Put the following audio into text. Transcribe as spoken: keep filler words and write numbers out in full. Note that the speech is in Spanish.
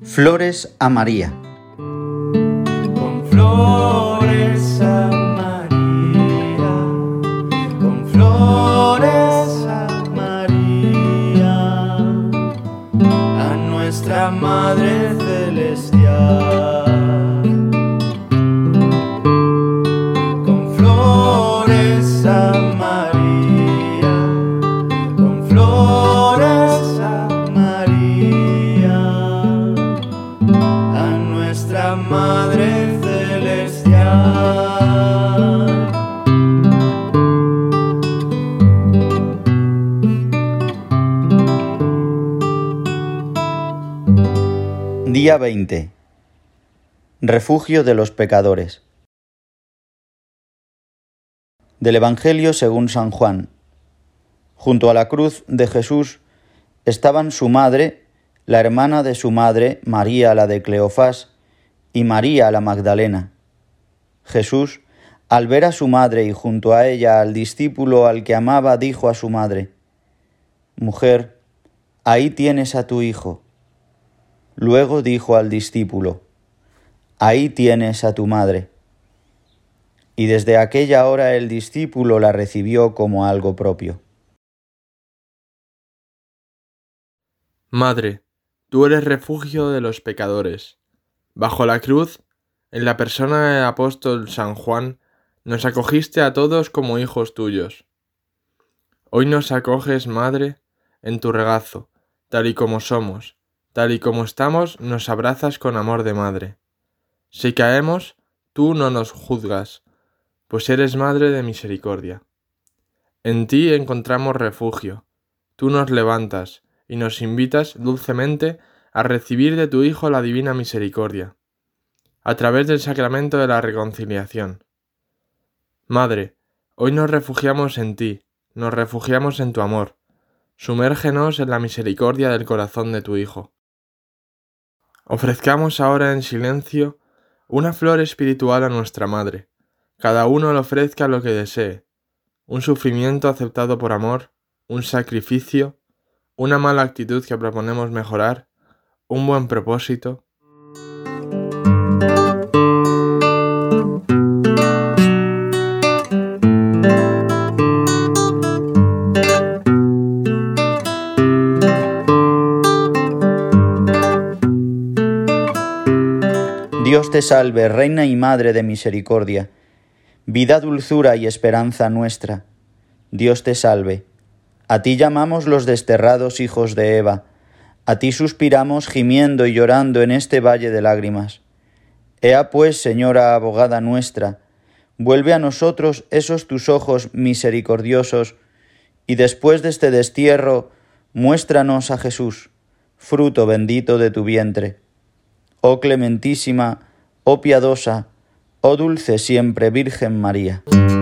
Flores a María. Con flores a María, con flores a María, a nuestra Madre Celestial. Con flores a María, con flores a María, a nuestra Madre Celestial. Día veinte. Refugio de los pecadores. Del Evangelio según San Juan. Junto a la cruz de Jesús estaban su madre, la hermana de su madre, María la de Cleofás, y María la Magdalena. Jesús, al ver a su madre y junto a ella al discípulo al que amaba, dijo a su madre: «Mujer, ahí tienes a tu hijo». Luego dijo al discípulo: «Ahí tienes a tu madre». Y desde aquella hora el discípulo la recibió como algo propio. Madre, tú eres refugio de los pecadores. Bajo la cruz, en la persona del apóstol San Juan, nos acogiste a todos como hijos tuyos. Hoy nos acoges, Madre, en tu regazo, tal y como somos, tal y como estamos, nos abrazas con amor de madre. Si caemos, tú no nos juzgas, pues eres Madre de misericordia. En ti encontramos refugio, tú nos levantas y nos invitas dulcemente a recibir de tu Hijo la divina misericordia, a través del sacramento de la reconciliación. Madre, hoy nos refugiamos en ti, nos refugiamos en tu amor. Sumérgenos en la misericordia del corazón de tu Hijo. Ofrezcamos ahora en silencio una flor espiritual a nuestra Madre. Cada uno le ofrezca lo que desee, un sufrimiento aceptado por amor, un sacrificio, una mala actitud que proponemos mejorar, un buen propósito. Dios te salve, Reina y Madre de misericordia, vida, dulzura y esperanza nuestra. Dios te salve. A ti llamamos los desterrados hijos de Eva, a ti suspiramos gimiendo y llorando en este valle de lágrimas. Ea pues, Señora abogada nuestra, vuelve a nosotros esos tus ojos misericordiosos, y después de este destierro, muéstranos a Jesús, fruto bendito de tu vientre. Oh clementísima, oh piadosa, oh dulce siempre Virgen María.